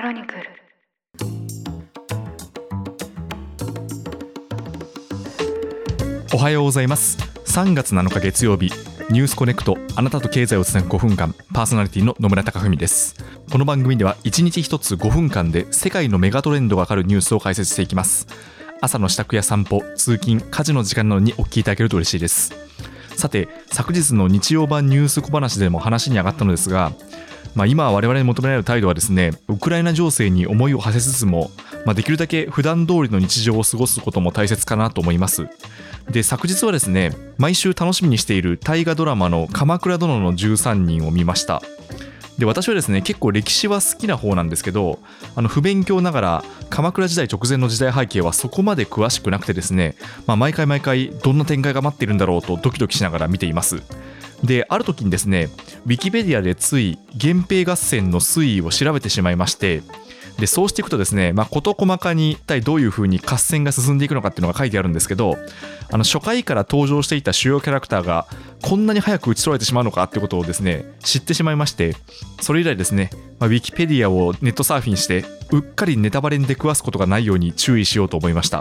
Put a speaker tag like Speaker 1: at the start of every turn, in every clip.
Speaker 1: クロニクル。
Speaker 2: おはようございます。3月7日月曜日、ニュースコネクト、あなたと経済をつなぐ5分間、パーソナリティの野村貴文です。この番組では1日1つ5分間で世界のメガトレンドがわかるニュースを解説していきます。朝の支度や散歩、通勤、家事の時間などにお聞きいただけると嬉しいです。さて、昨日の日曜版ニュース小話でも話に上がったのですが、今我々に求められる態度はですね、ウクライナ情勢に思いを馳せつつも、できるだけ普段通りの日常を過ごすことも大切かなと思います。で、昨日はですね、毎週楽しみにしている大河ドラマの鎌倉殿の13人を見ました。で、私はですね、結構歴史は好きな方なんですけど、不勉強ながら鎌倉時代直前の時代背景はそこまで詳しくなくてですね、毎回どんな展開が待っているんだろうとドキドキしながら見ています。で、ある時にですね、ウィキペディアでつい源平合戦の推移を調べてしまいまして、でそうしていくとですね、事細かに一体どういう風に合戦が進んでいくのかっていうのが書いてあるんですけど、初回から登場していた主要キャラクターがこんなに早く打ち取られてしまうのかってことをですね、知ってしまいまして、それ以来ですね、ウィキペディアをネットサーフィンしてうっかりネタバレに出くわすことがないように注意しようと思いました。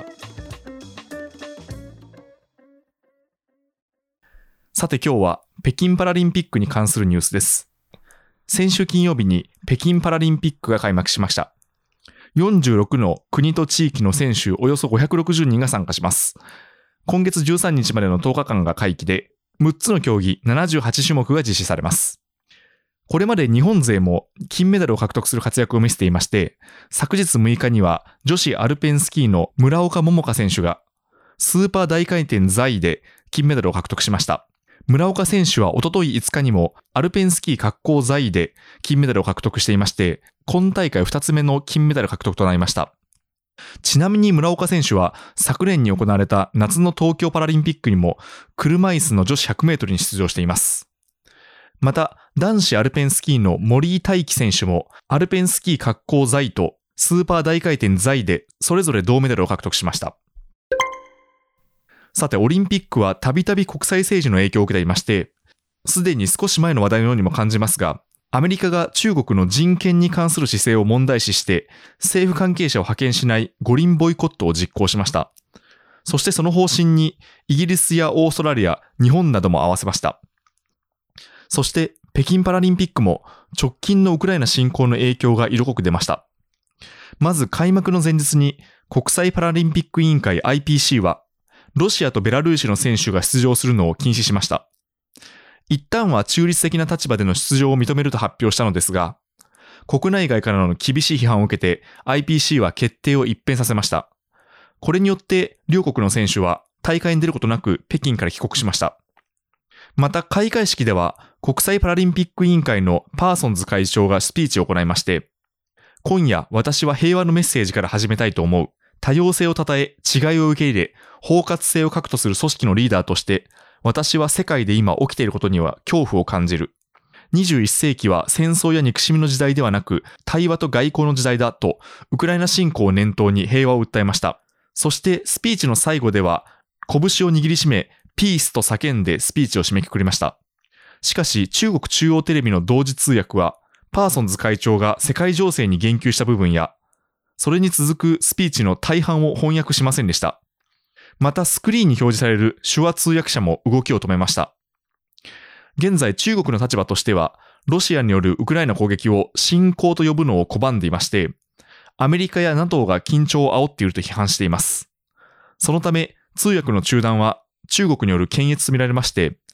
Speaker 2: さて、今日は北京パラリンピックに関するニュースです。先週金曜日に北京パラリンピックが開幕しました。46の国と地域の選手およそ560人が参加します。今月13日までの10日間が会期で、6つの競技78種目が実施されます。これまで日本勢も金メダルを獲得する活躍を見せていまして、昨日6日には女子アルペンスキーの村岡桃佳選手がスーパー大回転座位で金メダルを獲得しました。村岡選手はおととい5日にもアルペンスキー滑降座位で金メダルを獲得していまして、今大会2つ目の金メダル獲得となりました。ちなみに村岡選手は昨年に行われた夏の東京パラリンピックにも車椅子の女子100メートルに出場しています。また、男子アルペンスキーの森井大輝選手もアルペンスキー滑降座位とスーパー大回転座位でそれぞれ銅メダルを獲得しました。さて、オリンピックはたびたび国際政治の影響を受けていまして、すでに少し前の話題のようにも感じますが、アメリカが中国の人権に関する姿勢を問題視して、政府関係者を派遣しない五輪ボイコットを実行しました。そしてその方針にイギリスやオーストラリア、日本なども合わせました。そして北京パラリンピックも直近のウクライナ侵攻の影響が色濃く出ました。まず開幕の前日に国際パラリンピック委員会 IPC は、ロシアとベラルーシの選手が出場するのを禁止しました。一旦は中立的な立場での出場を認めると発表したのですが、国内外からの厳しい批判を受けて IPC は決定を一変させました。これによって両国の選手は大会に出ることなく北京から帰国しました。また開会式では国際パラリンピック委員会のパーソンズ会長がスピーチを行いまして、今夜私は平和のメッセージから始めたいと思う。多様性を称え、違いを受け入れ、包括性を欠くとする組織のリーダーとして、私は世界で今起きていることには恐怖を感じる。21世紀は戦争や憎しみの時代ではなく、対話と外交の時代だと、ウクライナ侵攻を念頭に平和を訴えました。そしてスピーチの最後では、拳を握りしめ、ピースと叫んでスピーチを締めくくりました。しかし、中国中央テレビの同時通訳は、パーソンズ会長が世界情勢に言及した部分や、それに続くスピーチの大半を翻訳しませんでした。またスクリーンに表示される手話通訳者も動きを止めました。現在中国の立場としては、ロシアによるウクライナ攻撃を侵攻と呼ぶのを拒んでいまして、アメリカや NATO が緊張を煽っていると批判しています。そのため通訳の中断は中国による検閲とみられまして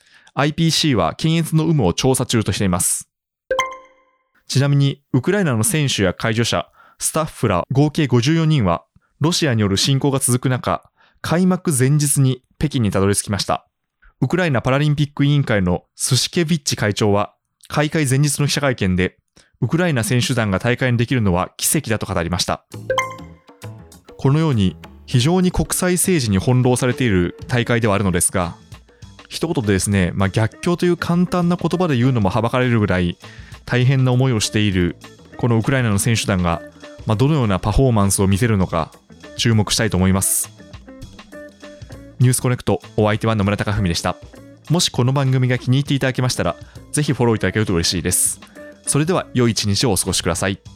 Speaker 2: 、IPC は検閲の有無を調査中としています。ちなみにウクライナの選手や介助者、スタッフら合計54人はロシアによる侵攻が続く中、開幕前日に北京にたどり着きました。ウクライナパラリンピック委員会のスシケビッチ会長は開会前日の記者会見で、ウクライナ選手団が大会にできるのは奇跡だと語りました。このように非常に国際政治に翻弄されている大会ではあるのですが、一言でですね、逆境という簡単な言葉で言うのもはばかれるぐらい大変な思いをしているこのウクライナの選手団がどのようなパフォーマンスを見せるのか注目したいと思います。ニュースコネクト、お相手は野村貴文でした。もしこの番組が気に入っていただけましたら、ぜひフォローいただけると嬉しいです。それでは良い一日をお過ごしください。